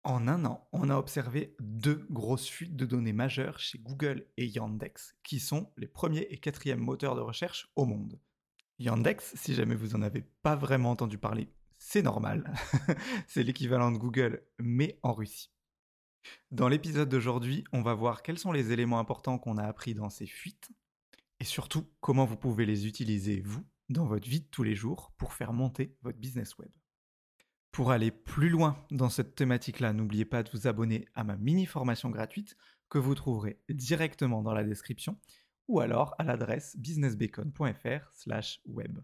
En un an, on a observé deux grosses fuites de données majeures chez Google et Yandex, qui sont les premiers et quatrièmes moteurs de recherche au monde. Yandex, si jamais vous en avez pas vraiment entendu parler, c'est normal. C'est l'équivalent de Google, mais en Russie. Dans l'épisode d'aujourd'hui, on va voir quels sont les éléments importants qu'on a appris dans ces fuites, et surtout comment vous pouvez les utiliser, vous, dans votre vie de tous les jours, pour faire monter votre business web. Pour aller plus loin dans cette thématique-là, n'oubliez pas de vous abonner à ma mini-formation gratuite que vous trouverez directement dans la description ou alors à l'adresse businessbacon.fr/web.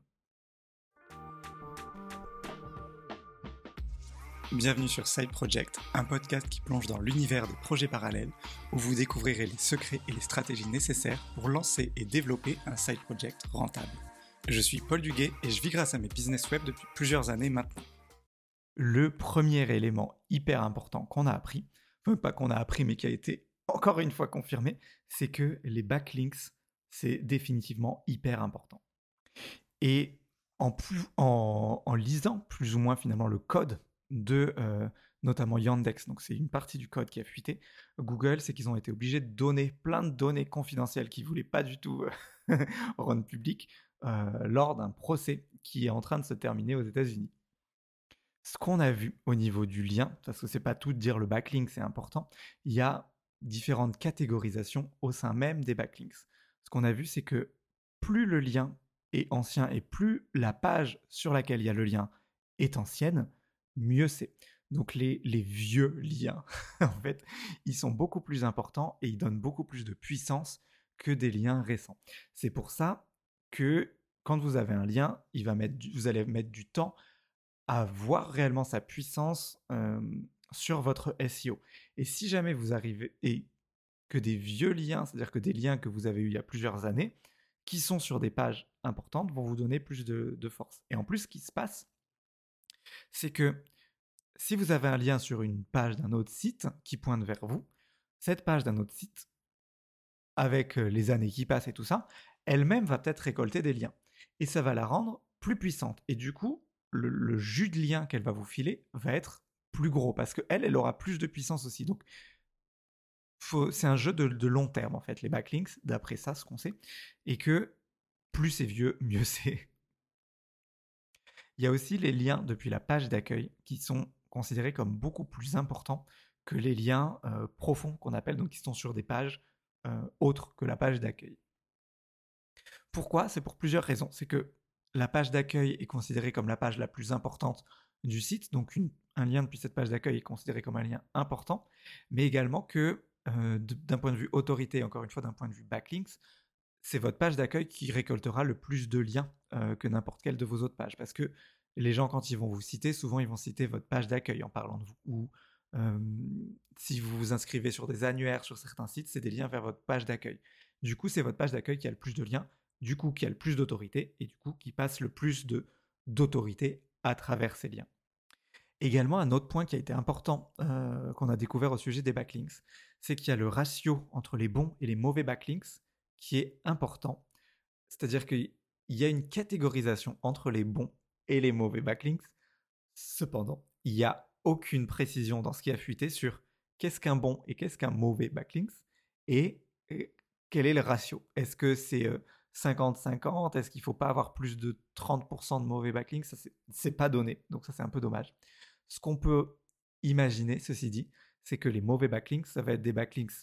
Bienvenue sur Side Project, un podcast qui plonge dans l'univers des projets parallèles où vous découvrirez les secrets et les stratégies nécessaires pour lancer et développer un side project rentable. Je suis Paul Duguet et je vis grâce à mes business web depuis plusieurs années maintenant. Le premier élément hyper important qu'on a appris, enfin pas qu'on a appris mais qui a été encore une fois confirmé, c'est que les backlinks, c'est définitivement hyper important. Et en lisant plus ou moins finalement le code de notamment Yandex, donc c'est une partie du code qui a fuité, Google, c'est qu'ils ont été obligés de donner plein de données confidentielles qu'ils ne voulaient pas du tout rendre publiques lors d'un procès qui est en train de se terminer aux États-Unis. Ce qu'on a vu au niveau du lien, parce que c'est pas tout de dire le backlink, c'est important, il y a différentes catégorisations au sein même des backlinks. Ce qu'on a vu, c'est que plus le lien est ancien et plus la page sur laquelle il y a le lien est ancienne, mieux c'est. Donc les vieux liens, en fait, ils sont beaucoup plus importants et ils donnent beaucoup plus de puissance que des liens récents. C'est pour ça que quand vous avez un lien, vous allez mettre du temps à voir réellement sa puissance sur votre SEO. Et si jamais vous arrivez et que des vieux liens, c'est-à-dire que des liens que vous avez eus il y a plusieurs années, qui sont sur des pages importantes, vont vous donner plus de force. Et en plus, ce qui se passe, c'est que si vous avez un lien sur une page d'un autre site qui pointe vers vous, cette page d'un autre site, avec les années qui passent et tout ça, elle-même va peut-être récolter des liens. Et ça va la rendre plus puissante. Et du coup, le jus de lien qu'elle va vous filer va être plus gros parce qu'elle aura plus de puissance aussi. Donc, c'est un jeu de long terme en fait, les backlinks, d'après ça, ce qu'on sait. Et que plus c'est vieux, mieux c'est. Il y a aussi les liens depuis la page d'accueil qui sont considérés comme beaucoup plus importants que les liens profonds qu'on appelle, donc qui sont sur des pages autres que la page d'accueil. Pourquoi? C'est pour plusieurs raisons. C'est que la page d'accueil est considérée comme la page la plus importante du site, donc un lien depuis cette page d'accueil est considéré comme un lien important, mais également que d'un point de vue autorité, encore une fois d'un point de vue backlinks, c'est votre page d'accueil qui récoltera le plus de liens que n'importe quelle de vos autres pages, parce que les gens, quand ils vont vous citer, souvent ils vont citer votre page d'accueil en parlant de vous, ou si vous vous inscrivez sur des annuaires sur certains sites, c'est des liens vers votre page d'accueil. Du coup, c'est votre page d'accueil qui a le plus de liens, du coup qui a le plus d'autorité, et du coup qui passe le plus d'autorité à travers ces liens. Également, un autre point qui a été important qu'on a découvert au sujet des backlinks, c'est qu'il y a le ratio entre les bons et les mauvais backlinks qui est important. C'est-à-dire qu'il y a une catégorisation entre les bons et les mauvais backlinks. Cependant, il n'y a aucune précision dans ce qui a fuité sur qu'est-ce qu'un bon et qu'est-ce qu'un mauvais backlinks et quel est le ratio. Est-ce que c'est 50-50? Est-ce qu'il ne faut pas avoir plus de 30% de mauvais backlinks? Ça, c'est pas donné, donc ça c'est un peu dommage. Ce qu'on peut imaginer, ceci dit, c'est que les mauvais backlinks, ça va être des backlinks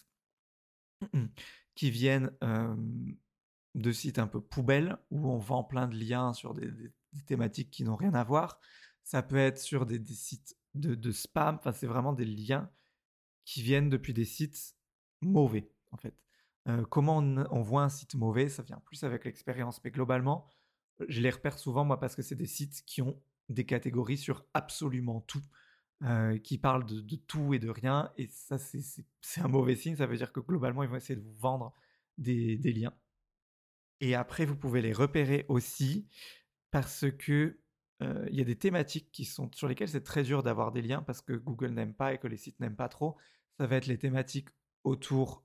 qui viennent de sites un peu poubelles où on vend plein de liens sur des thématiques qui n'ont rien à voir. Ça peut être sur des sites de spam. Enfin, c'est vraiment des liens qui viennent depuis des sites mauvais, en fait. Comment on voit un site mauvais? Ça vient plus avec l'expérience. Mais globalement, je les repère souvent, moi, parce que c'est des sites qui ont des catégories sur absolument tout, qui parlent de tout et de rien. Et ça, c'est un mauvais signe. Ça veut dire que globalement, ils vont essayer de vous vendre des liens. Et après, vous pouvez les repérer aussi parce que il y a des thématiques sur lesquelles c'est très dur d'avoir des liens parce que Google n'aime pas et que les sites n'aiment pas trop. Ça va être les thématiques autour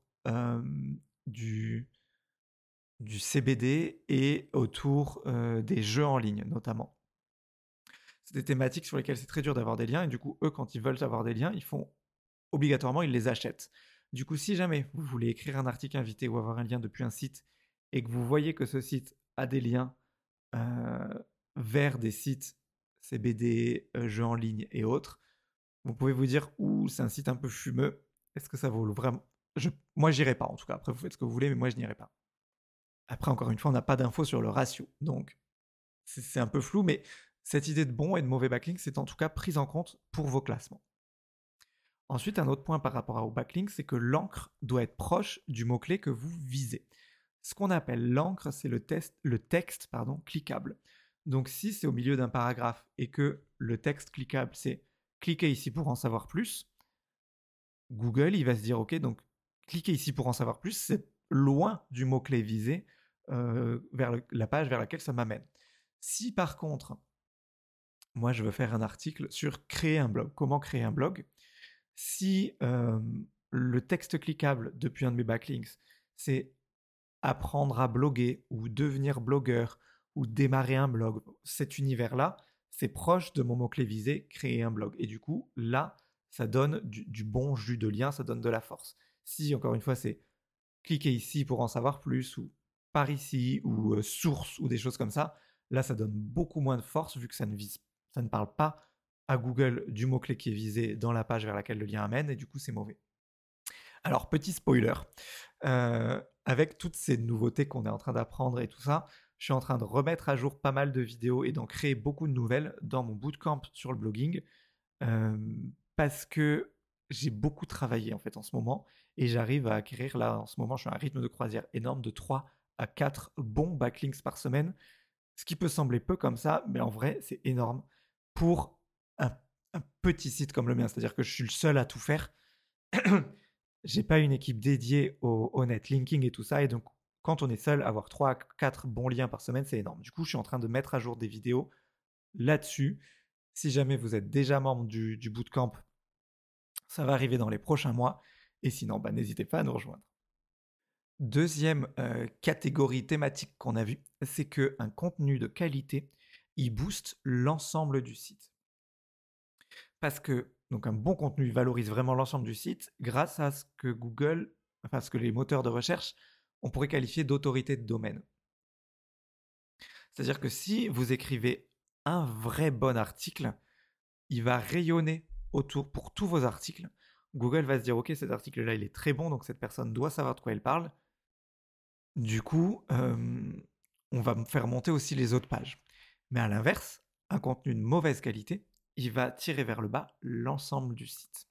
du CBD et autour des jeux en ligne notamment. C'est des thématiques sur lesquelles c'est très dur d'avoir des liens et du coup, eux, quand ils veulent avoir des liens, ils font obligatoirement, il les achète. Du coup, si jamais vous voulez écrire un article invité ou avoir un lien depuis un site et que vous voyez que ce site a des liens vers des sites CBD, jeux en ligne et autres, vous pouvez vous dire, ouh, c'est un site un peu fumeux, est-ce que ça vaut vraiment... Moi, j'irai pas en tout cas, après vous faites ce que vous voulez, mais moi, je n'irai pas. Après, encore une fois, on n'a pas d'infos sur le ratio, donc c'est un peu flou, mais cette idée de bon et de mauvais backlink, c'est en tout cas prise en compte pour vos classements. Ensuite, un autre point par rapport au backlink, c'est que l'encre doit être proche du mot-clé que vous visez. Ce qu'on appelle l'encre, c'est le texte cliquable. Donc si c'est au milieu d'un paragraphe et que le texte cliquable, c'est « cliquez ici pour en savoir plus », Google, il va se dire « ok, donc cliquez ici pour en savoir plus », c'est loin du mot-clé visé vers la page vers laquelle ça m'amène. Si par contre, moi je veux faire un article sur créer un blog, comment créer un blog, si le texte cliquable depuis un de mes backlinks, c'est apprendre à bloguer ou devenir blogueur ou démarrer un blog, cet univers-là, c'est proche de mon mot-clé visé, créer un blog. Et du coup, là, ça donne du bon jus de lien, ça donne de la force. Si, encore une fois, c'est cliquez ici pour en savoir plus, ou par ici, ou source, ou des choses comme ça, là, ça donne beaucoup moins de force vu que ça ne parle pas à Google du mot-clé qui est visé dans la page vers laquelle le lien amène, et du coup, c'est mauvais. Alors, petit spoiler, avec toutes ces nouveautés qu'on est en train d'apprendre et tout ça, je suis en train de remettre à jour pas mal de vidéos et d'en créer beaucoup de nouvelles dans mon bootcamp sur le blogging, parce que j'ai beaucoup travaillé en fait en ce moment et j'arrive à acquérir, là en ce moment je suis à un rythme de croisière énorme de 3 à 4 bons backlinks par semaine, ce qui peut sembler peu comme ça, mais en vrai c'est énorme pour un petit site comme le mien, c'est-à-dire que je suis le seul à tout faire. J'ai pas une équipe dédiée au netlinking et tout ça, et donc quand on est seul, avoir 3 à 4 bons liens par semaine, c'est énorme. Du coup, je suis en train de mettre à jour des vidéos là-dessus. Si jamais vous êtes déjà membre du bootcamp, ça va arriver dans les prochains mois, et sinon, n'hésitez pas à nous rejoindre. Deuxième catégorie thématique qu'on a vue, c'est qu'un contenu de qualité, il booste l'ensemble du site. Parce que donc un bon contenu valorise vraiment l'ensemble du site grâce à ce que Google, enfin ce que les moteurs de recherche, on pourrait qualifier d'autorité de domaine. C'est-à-dire que si vous écrivez un vrai bon article, il va rayonner autour pour tous vos articles. Google va se dire, ok, cet article-là, il est très bon, donc cette personne doit savoir de quoi elle parle. Du coup, on va faire monter aussi les autres pages. Mais à l'inverse, un contenu de mauvaise qualité, il va tirer vers le bas l'ensemble du site.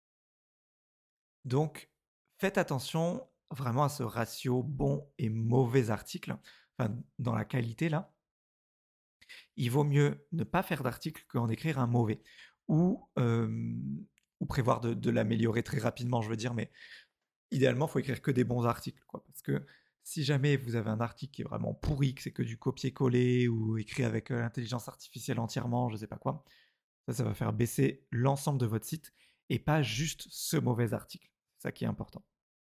Donc, faites attention vraiment à ce ratio bon et mauvais article, enfin, dans la qualité là. Il vaut mieux ne pas faire d'article qu'en écrire un mauvais, ou prévoir de l'améliorer très rapidement, je veux dire, mais idéalement, il faut écrire que des bons articles, quoi, parce que si jamais vous avez un article qui est vraiment pourri, que c'est que du copier-coller ou écrit avec l'intelligence artificielle entièrement, je ne sais pas quoi, ça va faire baisser l'ensemble de votre site et pas juste ce mauvais article. C'est ça qui est important.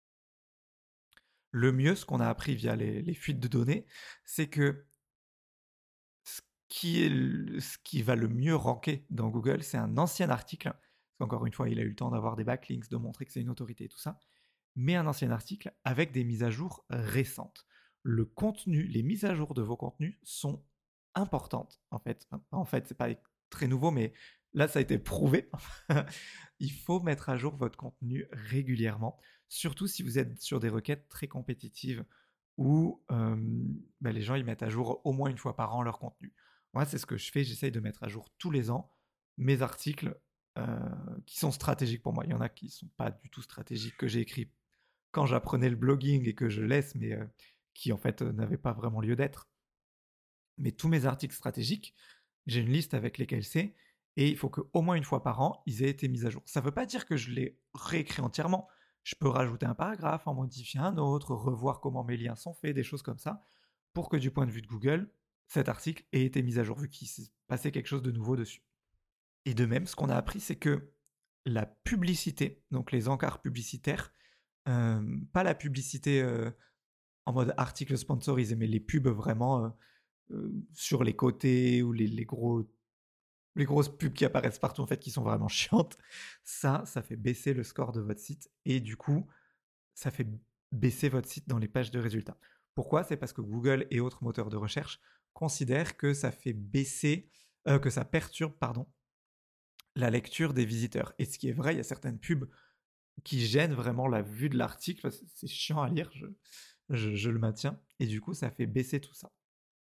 Le mieux, ce qu'on a appris via les fuites de données, c'est que ce qui va le mieux ranker dans Google, c'est un ancien article. Parce qu'encore une fois, il a eu le temps d'avoir des backlinks, de montrer que c'est une autorité et tout ça. Mais un ancien article avec des mises à jour récentes. Le contenu, les mises à jour de vos contenus sont importantes, en fait. En fait, c'est pas très nouveau, mais là, ça a été prouvé. Il faut mettre à jour votre contenu régulièrement, surtout si vous êtes sur des requêtes très compétitives où les gens ils mettent à jour au moins une fois par an leur contenu. Moi, c'est ce que je fais, j'essaye de mettre à jour tous les ans mes articles qui sont stratégiques pour moi. Il y en a qui ne sont pas du tout stratégiques, que j'ai écrits quand j'apprenais le blogging et que je laisse, mais qui en fait n'avaient pas vraiment lieu d'être. Mais tous mes articles stratégiques, j'ai une liste avec lesquels c'est, et il faut qu'au moins une fois par an, ils aient été mis à jour. Ça ne veut pas dire que je les réécris entièrement. Je peux rajouter un paragraphe, en modifier un autre, revoir comment mes liens sont faits, des choses comme ça, pour que du point de vue de Google, cet article ait été mis à jour, vu qu'il s'est passé quelque chose de nouveau dessus. Et de même, ce qu'on a appris, c'est que la publicité, donc les encarts publicitaires, pas la publicité en mode article sponsorisé, mais les pubs vraiment sur les côtés ou les gros les grosses pubs qui apparaissent partout, en fait, qui sont vraiment chiantes, ça fait baisser le score de votre site et du coup, ça fait baisser votre site dans les pages de résultats. Pourquoi? C'est parce que Google et autres moteurs de recherche considèrent que ça fait baisser, que ça perturbe, pardon, la lecture des visiteurs. Et ce qui est vrai, il y a certaines pubs qui gênent vraiment la vue de l'article. C'est chiant à lire, je le maintiens. Et du coup, ça fait baisser tout ça.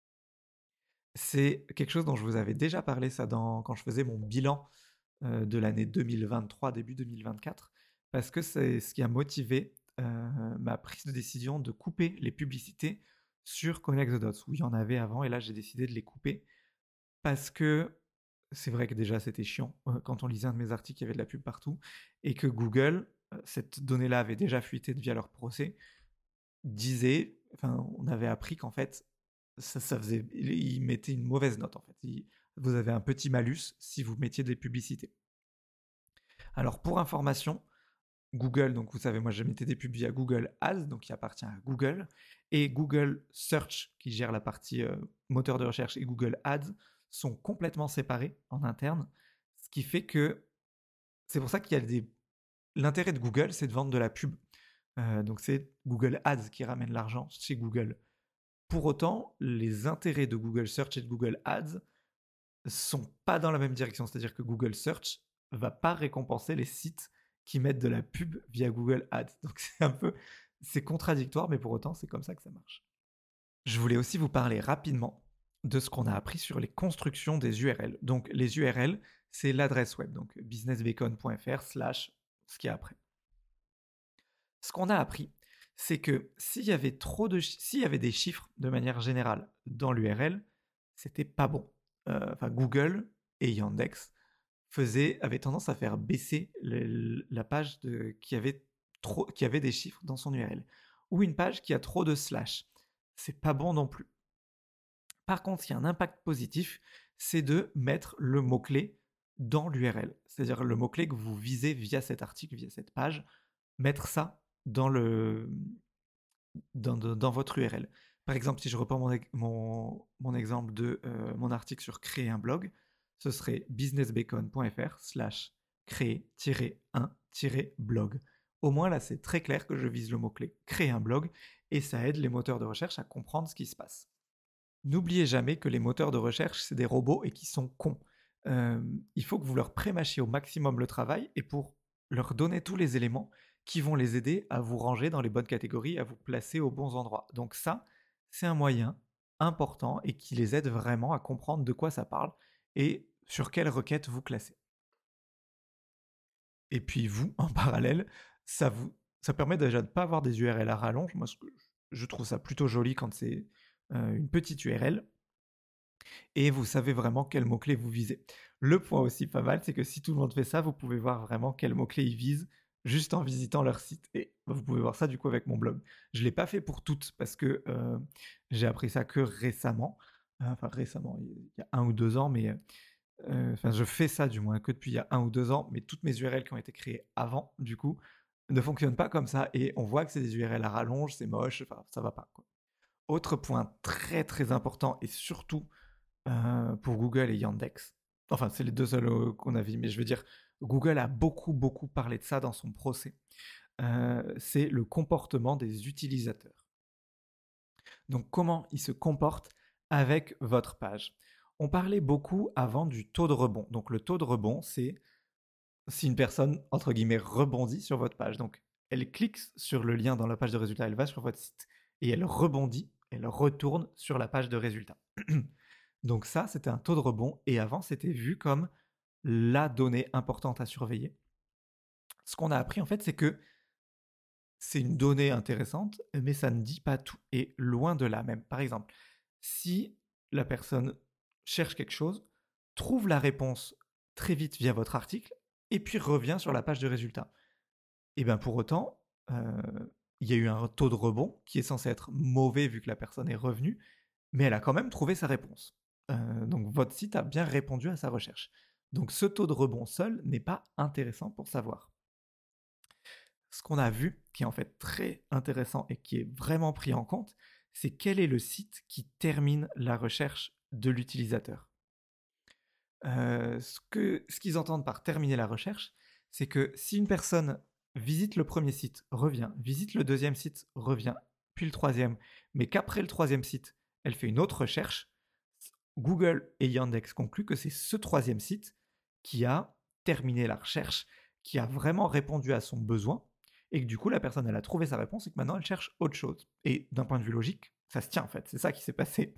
C'est quelque chose dont je vous avais déjà parlé ça quand je faisais mon bilan de l'année 2023, début 2024, parce que c'est ce qui a motivé ma prise de décision de couper les publicités sur Connect the Dots, où il y en avait avant, et là j'ai décidé de les couper, parce que c'est vrai que déjà c'était chiant, quand on lisait un de mes articles, il y avait de la pub partout, et que Google, cette donnée-là avait déjà fuité via leur procès, on avait appris qu'en fait, ils mettaient une mauvaise note en fait. Vous avez un petit malus si vous mettiez des publicités. Alors pour information, Google, donc vous savez, moi je mettais des pubs via Google Ads, donc qui appartient à Google, et Google Search, qui gère la partie moteur de recherche, et Google Ads sont complètement séparés en interne, ce qui fait que c'est pour ça qu'il y a l'intérêt de Google, c'est de vendre de la pub. Donc c'est Google Ads qui ramène l'argent chez Google. Pour autant, les intérêts de Google Search et de Google Ads sont pas dans la même direction. C'est-à-dire que Google Search va pas récompenser les sites qui mettent de la pub via Google Ads. Donc c'est contradictoire, mais pour autant, c'est comme ça que ça marche. Je voulais aussi vous parler rapidement de ce qu'on a appris sur les constructions des URL. Donc les URL, c'est l'adresse web, donc businessbacon.fr/ ce qu'il y a après. Ce qu'on a appris, c'est que s'il y avait des chiffres de manière générale dans l'URL, c'était pas bon. Google et Yandex avaient tendance à faire baisser la page qui avait des chiffres dans son URL. Ou une page qui a trop de slash. C'est pas bon non plus. Par contre, il y a un impact positif, c'est de mettre le mot-clé dans l'URL. C'est-à-dire le mot-clé que vous visez via cet article, via cette page, mettre ça dans votre URL. Par exemple, si je reprends mon exemple de mon article sur créer un blog, ce serait businessbacon.fr/créer-un-blog. Au moins là, c'est très clair que je vise le mot-clé créer un blog et ça aide les moteurs de recherche à comprendre ce qui se passe. N'oubliez jamais que les moteurs de recherche, c'est des robots et qui sont cons. Il faut que vous leur prémâchiez au maximum le travail et pour leur donner tous les éléments qui vont les aider à vous ranger dans les bonnes catégories, à vous placer aux bons endroits. Donc ça, c'est un moyen important et qui les aide vraiment à comprendre de quoi ça parle et sur quelle requête vous classez. Et puis vous, en parallèle, ça permet déjà de ne pas avoir des URL à rallonge. Moi, je trouve ça plutôt joli quand c'est une petite URL. Et vous savez vraiment quel mot-clé vous visez. Le point aussi pas mal, c'est que si tout le monde fait ça, vous pouvez voir vraiment quel mot-clé ils visent juste en visitant leur site. Et vous pouvez voir ça du coup avec mon blog. Je ne l'ai pas fait pour toutes parce que j'ai appris ça que récemment. Enfin récemment, il y a 1 ou 2 ans, mais je fais ça du moins que depuis il y a 1 ou 2 ans, mais toutes mes URL qui ont été créées avant, du coup, ne fonctionnent pas comme ça. Et on voit que c'est des URL à rallonge, c'est moche, enfin ça va pas, quoi. Autre point très très important et surtout pour Google et Yandex. Enfin, c'est les deux seuls qu'on a vus, mais je veux dire, Google a beaucoup, beaucoup parlé de ça dans son procès. C'est le comportement des utilisateurs. Donc, comment ils se comportent avec votre page. On parlait beaucoup avant du taux de rebond. Donc, le taux de rebond, c'est si une personne, entre guillemets, rebondit sur votre page. Donc, elle clique sur le lien dans la page de résultats, elle va sur votre site et elle rebondit, elle retourne sur la page de résultats. Donc ça, c'était un taux de rebond et avant, c'était vu comme la donnée importante à surveiller. Ce qu'on a appris en fait, c'est que c'est une donnée intéressante, mais ça ne dit pas tout et loin de là même. Par exemple, si la personne cherche quelque chose, trouve la réponse très vite via votre article et puis revient sur la page de résultats. Et bien pour autant, il y a eu un taux de rebond qui est censé être mauvais vu que la personne est revenue, mais elle a quand même trouvé sa réponse. Donc votre site a bien répondu à sa recherche. Donc ce taux de rebond seul n'est pas intéressant pour savoir. Ce qu'on a vu, qui est en fait très intéressant et qui est vraiment pris en compte, c'est quel est le site qui termine la recherche de l'utilisateur. Ce qu'ils entendent par terminer la recherche, c'est que si une personne visite le premier site, revient, visite le deuxième site, revient, puis le troisième, mais qu'après le troisième site, elle fait une autre recherche, Google et Yandex concluent que c'est ce troisième site qui a terminé la recherche, qui a vraiment répondu à son besoin, et que du coup, la personne, elle a trouvé sa réponse et que maintenant, elle cherche autre chose. Et d'un point de vue logique, ça se tient en fait, c'est ça qui s'est passé.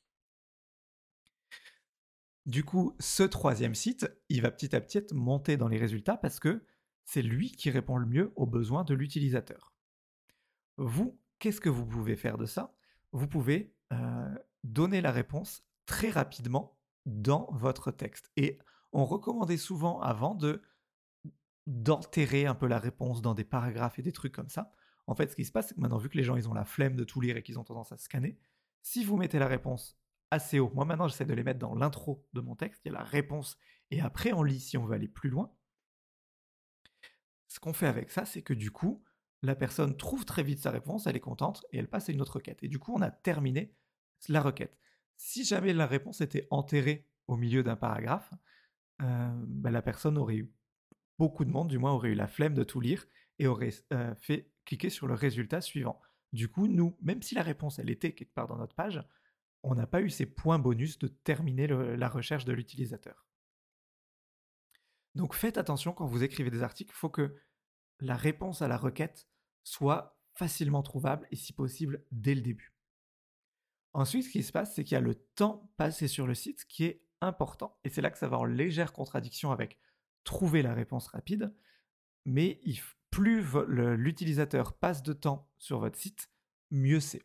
Du coup, ce troisième site, il va petit à petit monter dans les résultats parce que c'est lui qui répond le mieux aux besoins de l'utilisateur. Vous, qu'est-ce que vous pouvez faire de ça? Vous pouvez donner la réponse très rapidement dans votre texte. Et on recommandait souvent avant d'enterrer un peu la réponse dans des paragraphes et des trucs comme ça. En fait, ce qui se passe, c'est que maintenant, vu que les gens ils ont la flemme de tout lire et qu'ils ont tendance à scanner, si vous mettez la réponse assez haut, moi maintenant j'essaie de les mettre dans l'intro de mon texte, il y a la réponse et après on lit si on veut aller plus loin. Ce qu'on fait avec ça, c'est que du coup, la personne trouve très vite sa réponse, elle est contente et elle passe à une autre requête. Et du coup, on a terminé la requête. Si jamais la réponse était enterrée au milieu d'un paragraphe, la personne aurait eu, beaucoup de monde du moins aurait eu la flemme de tout lire et aurait fait cliquer sur le résultat suivant. Du coup, nous, même si la réponse elle était quelque part dans notre page, on n'a pas eu ces points bonus de terminer la recherche de l'utilisateur. Donc faites attention quand vous écrivez des articles, il faut que la réponse à la requête soit facilement trouvable et si possible dès le début. Ensuite, ce qui se passe, c'est qu'il y a le temps passé sur le site qui est important et c'est là que ça va en légère contradiction avec trouver la réponse rapide, mais plus l'utilisateur passe de temps sur votre site, mieux c'est.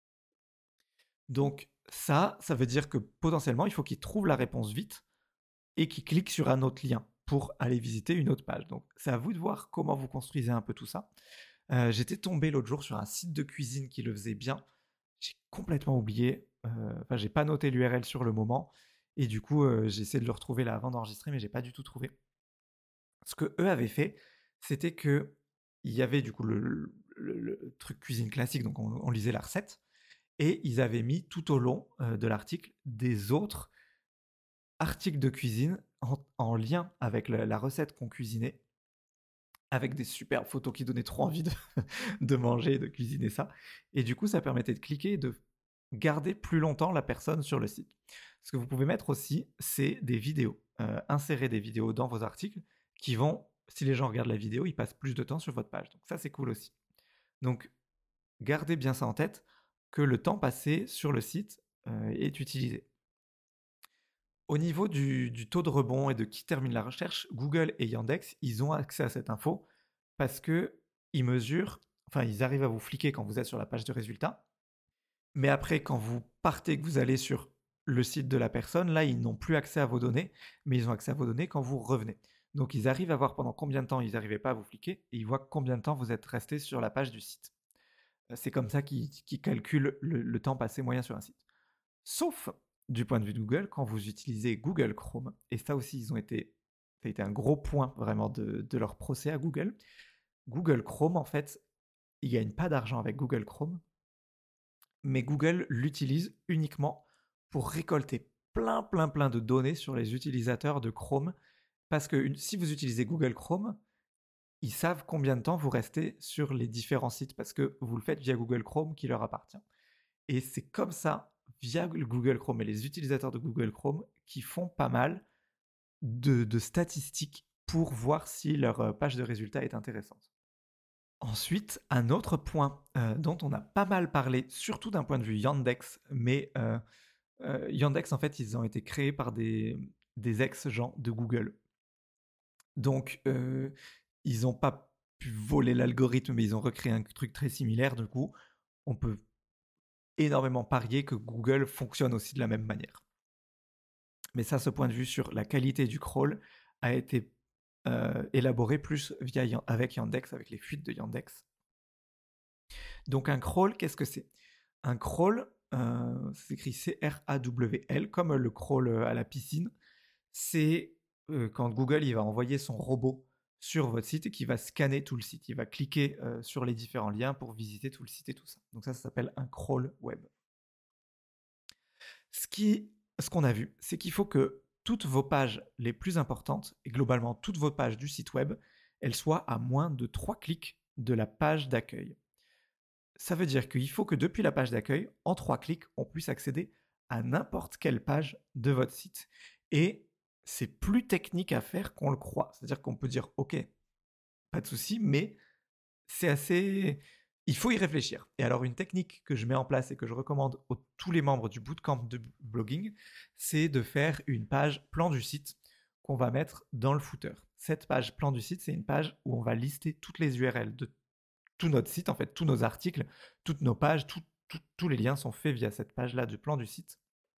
Donc ça veut dire que potentiellement, il faut qu'il trouve la réponse vite et qu'il clique sur un autre lien pour aller visiter une autre page. Donc c'est à vous de voir comment vous construisez un peu tout ça. J'étais tombé l'autre jour sur un site de cuisine qui le faisait bien. J'ai complètement oublié. J'ai pas noté l'URL sur le moment. Et du coup, j'ai essayé de le retrouver là avant d'enregistrer, mais j'ai pas du tout trouvé. Ce que eux avaient fait, c'était que il y avait du coup le truc cuisine classique, donc on lisait la recette, et ils avaient mis tout au long de l'article des autres articles de cuisine en lien avec la recette qu'on cuisinait, avec des superbes photos qui donnaient trop envie de manger et de cuisiner ça. Et du coup, ça permettait de cliquer et de garder plus longtemps la personne sur le site. Ce que vous pouvez mettre aussi, c'est des vidéos. Insérer des vidéos dans vos articles qui vont, si les gens regardent la vidéo, ils passent plus de temps sur votre page. Donc ça, c'est cool aussi. Donc, gardez bien ça en tête, que le temps passé sur le site est utilisé. Au niveau du taux de rebond et de qui termine la recherche, Google et Yandex, ils ont accès à cette info parce que ils mesurent, enfin ils arrivent à vous fliquer quand vous êtes sur la page de résultats, mais après quand vous partez, que vous allez sur le site de la personne, là ils n'ont plus accès à vos données, mais ils ont accès à vos données quand vous revenez. Donc ils arrivent à voir pendant combien de temps ils n'arrivaient pas à vous fliquer et ils voient combien de temps vous êtes resté sur la page du site. C'est comme ça qu'ils calculent le temps passé moyen sur un site. Sauf du point de vue de Google, quand vous utilisez Google Chrome, et ça aussi, ça a été un gros point vraiment de leur procès à Google. Google Chrome, en fait, ils ne gagnent pas d'argent avec Google Chrome, mais Google l'utilise uniquement pour récolter plein de données sur les utilisateurs de Chrome, parce que si vous utilisez Google Chrome, ils savent combien de temps vous restez sur les différents sites, parce que vous le faites via Google Chrome qui leur appartient. Et c'est comme ça, via Google Chrome et les utilisateurs de Google Chrome, qui font pas mal de statistiques pour voir si leur page de résultats est intéressante. Ensuite, un autre point dont on a pas mal parlé, surtout d'un point de vue Yandex, mais Yandex, en fait, ils ont été créés par des ex-gens de Google. Donc, ils n'ont pas pu voler l'algorithme, mais ils ont recréé un truc très similaire. Du coup, on peut énormément parier que Google fonctionne aussi de la même manière. Mais ça, ce point de vue sur la qualité du crawl a été élaboré plus avec Yandex, avec les fuites de Yandex. Donc un crawl, qu'est-ce que c'est? Un crawl, ça s'écrit C-R-A-W-L, comme le crawl à la piscine. C'est quand Google il va envoyer son robot sur votre site et qui va scanner tout le site. Il va cliquer sur les différents liens pour visiter tout le site et tout ça. Donc ça s'appelle un crawl web. Ce qu'on a vu, c'est qu'il faut que toutes vos pages les plus importantes, et globalement toutes vos pages du site web, elles soient à moins de 3 clics de la page d'accueil. Ça veut dire qu'il faut que depuis la page d'accueil, en 3 clics, on puisse accéder à n'importe quelle page de votre site. Et c'est plus technique à faire qu'on le croit. C'est-à-dire qu'on peut dire, OK, pas de souci, mais c'est assez... Il faut y réfléchir. Et alors, une technique que je mets en place et que je recommande à tous les membres du bootcamp de blogging, c'est de faire une page plan du site qu'on va mettre dans le footer. Cette page plan du site, c'est une page où on va lister toutes les URL de tout notre site, en fait, tous nos articles, toutes nos pages, tous les liens sont faits via cette page-là du plan du site.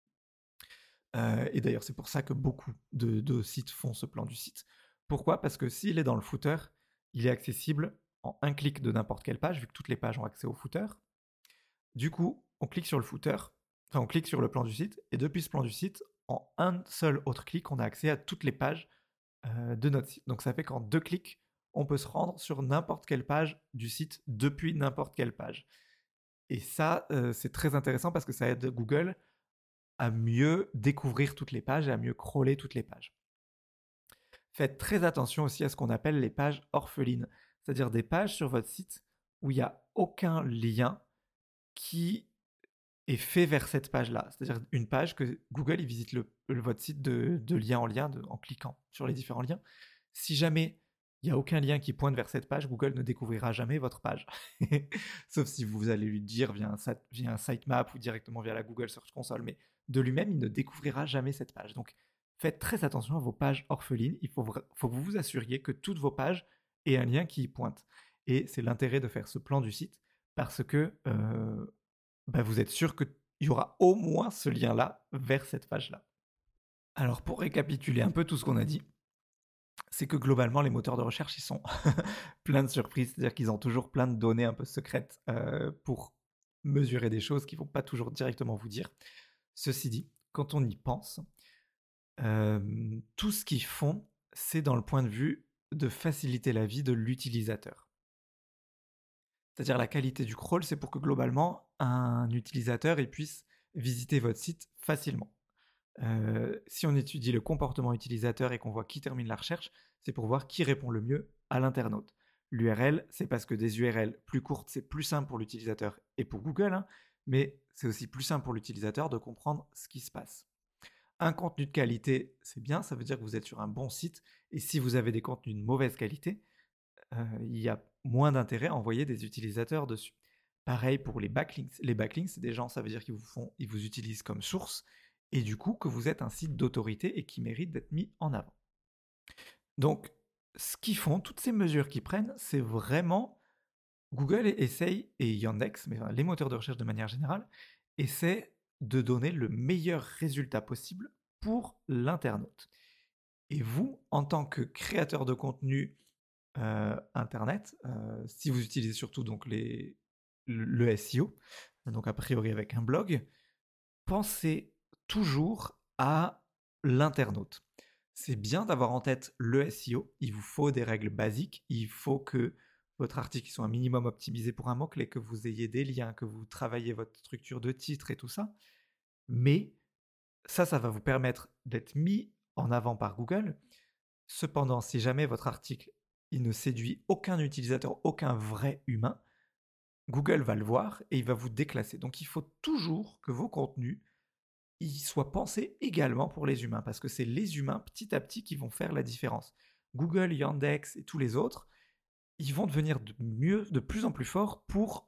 Et d'ailleurs, c'est pour ça que beaucoup de sites font ce plan du site. Pourquoi ? Parce que s'il est dans le footer, il est accessible en un clic de n'importe quelle page, vu que toutes les pages ont accès au footer. Du coup, on clique sur le footer, enfin on clique sur le plan du site, et depuis ce plan du site, en un seul autre clic, on a accès à toutes les pages de notre site. Donc ça fait qu'en 2 clics, on peut se rendre sur n'importe quelle page du site depuis n'importe quelle page. Et ça, c'est très intéressant parce que ça aide Google à mieux découvrir toutes les pages et à mieux crawler toutes les pages. Faites très attention aussi à ce qu'on appelle les pages orphelines, c'est-à-dire des pages sur votre site où il n'y a aucun lien qui est fait vers cette page-là. C'est-à-dire une page que Google il visite votre site de lien en lien en cliquant sur les différents liens. Si jamais il n'y a aucun lien qui pointe vers cette page, Google ne découvrira jamais votre page. Sauf si vous allez lui dire via un sitemap ou directement via la Google Search Console. Mais de lui-même, il ne découvrira jamais cette page. Donc, faites très attention à vos pages orphelines. Il faut que vous vous assuriez que toutes vos pages aient un lien qui y pointe. Et c'est l'intérêt de faire ce plan du site parce que vous êtes sûr qu'il y aura au moins ce lien-là vers cette page-là. Alors, pour récapituler un peu tout ce qu'on a dit, c'est que globalement, les moteurs de recherche, ils sont pleins de surprises, c'est-à-dire qu'ils ont toujours plein de données un peu secrètes pour mesurer des choses qu'ils ne vont pas toujours directement vous dire. Ceci dit, quand on y pense, tout ce qu'ils font, c'est dans le point de vue de faciliter la vie de l'utilisateur. C'est-à-dire la qualité du crawl, c'est pour que globalement, un utilisateur il puisse visiter votre site facilement. Si on étudie le comportement utilisateur et qu'on voit qui termine la recherche, c'est pour voir qui répond le mieux à l'internaute. L'URL, c'est parce que des URL plus courtes, c'est plus simple pour l'utilisateur et pour Google, mais c'est aussi plus simple pour l'utilisateur de comprendre ce qui se passe. Un contenu de qualité, c'est bien, ça veut dire que vous êtes sur un bon site, et si vous avez des contenus de mauvaise qualité, il y a moins d'intérêt à envoyer des utilisateurs dessus. Pareil pour les backlinks. Les backlinks, c'est des gens, ça veut dire qu'ils vous utilisent comme source, et du coup que vous êtes un site d'autorité et qui mérite d'être mis en avant. Donc, ce qu'ils font, toutes ces mesures qu'ils prennent, c'est vraiment... Google essaye, et Yandex, mais les moteurs de recherche de manière générale, essaient de donner le meilleur résultat possible pour l'internaute. Et vous, en tant que créateur de contenu Internet, si vous utilisez surtout donc le SEO, donc a priori avec un blog, pensez toujours à l'internaute. C'est bien d'avoir en tête le SEO, il vous faut des règles basiques, il faut que votre article soit un minimum optimisé pour un mot-clé, que vous ayez des liens, que vous travaillez votre structure de titre et tout ça, mais ça va vous permettre d'être mis en avant par Google. Cependant, si jamais votre article il ne séduit aucun utilisateur, aucun vrai humain, Google va le voir et il va vous déclasser. Donc il faut toujours que vos contenus ils soient pensés également pour les humains, parce que c'est les humains petit à petit qui vont faire la différence. Google, Yandex et tous les autres, ils vont devenir de plus en plus forts pour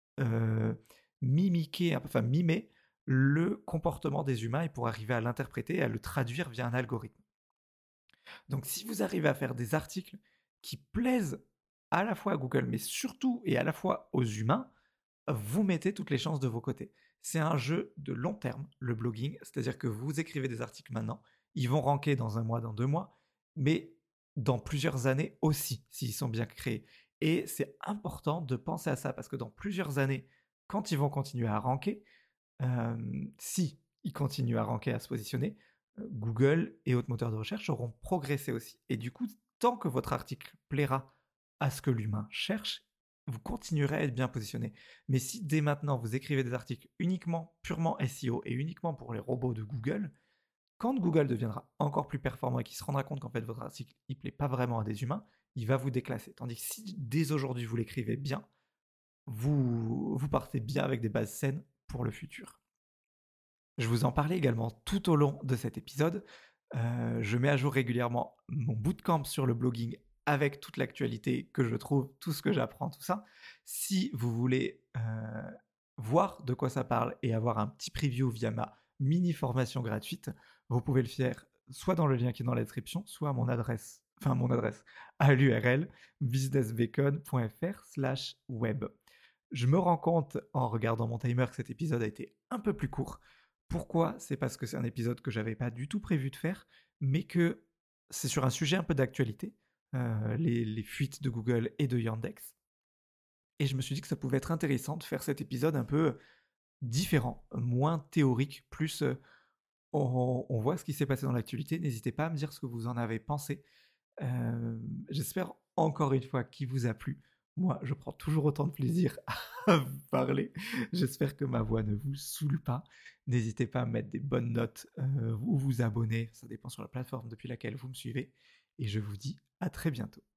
mimer le comportement des humains et pour arriver à l'interpréter et à le traduire via un algorithme. Donc si vous arrivez à faire des articles qui plaisent à la fois à Google, mais surtout et à la fois aux humains, vous mettez toutes les chances de vos côtés. C'est un jeu de long terme, le blogging, c'est-à-dire que vous écrivez des articles maintenant, ils vont ranker dans 1 mois, dans 2 mois, mais dans plusieurs années aussi, s'ils sont bien créés. Et c'est important de penser à ça, parce que dans plusieurs années, quand ils vont continuer à ranker, si ils continuent à ranker, à se positionner, Google et autres moteurs de recherche auront progressé aussi. Et du coup, tant que votre article plaira à ce que l'humain cherche, vous continuerez à être bien positionné. Mais si dès maintenant vous écrivez des articles uniquement, purement SEO et uniquement pour les robots de Google, Quand Google deviendra encore plus performant et qu'il se rendra compte qu'en fait votre article ne plaît pas vraiment à des humains, il va vous déclasser. Tandis que si dès aujourd'hui vous l'écrivez bien, vous partez bien avec des bases saines pour le futur. Je vous en parlais également tout au long de cet épisode. Je mets à jour régulièrement mon bootcamp sur le blogging avec toute l'actualité que je trouve, tout ce que j'apprends, tout ça. Si vous voulez voir de quoi ça parle et avoir un petit preview via ma mini formation gratuite, vous pouvez le faire soit dans le lien qui est dans la description, soit à mon adresse à l'URL businessbacon.fr/web. Je me rends compte en regardant mon timer que cet épisode a été un peu plus court. Pourquoi ? C'est parce que c'est un épisode que j'avais pas du tout prévu de faire, mais que c'est sur un sujet un peu d'actualité, les fuites de Google et de Yandex. Et je me suis dit que ça pouvait être intéressant de faire cet épisode un peu différent, moins théorique, plus on voit ce qui s'est passé dans l'actualité. N'hésitez pas à me dire ce que vous en avez pensé. J'espère encore une fois qu'il vous a plu. Moi, je prends toujours autant de plaisir à vous parler. J'espère que ma voix ne vous saoule pas. N'hésitez pas à mettre des bonnes notes ou vous abonner. Ça dépend sur la plateforme depuis laquelle vous me suivez. Et je vous dis à très bientôt.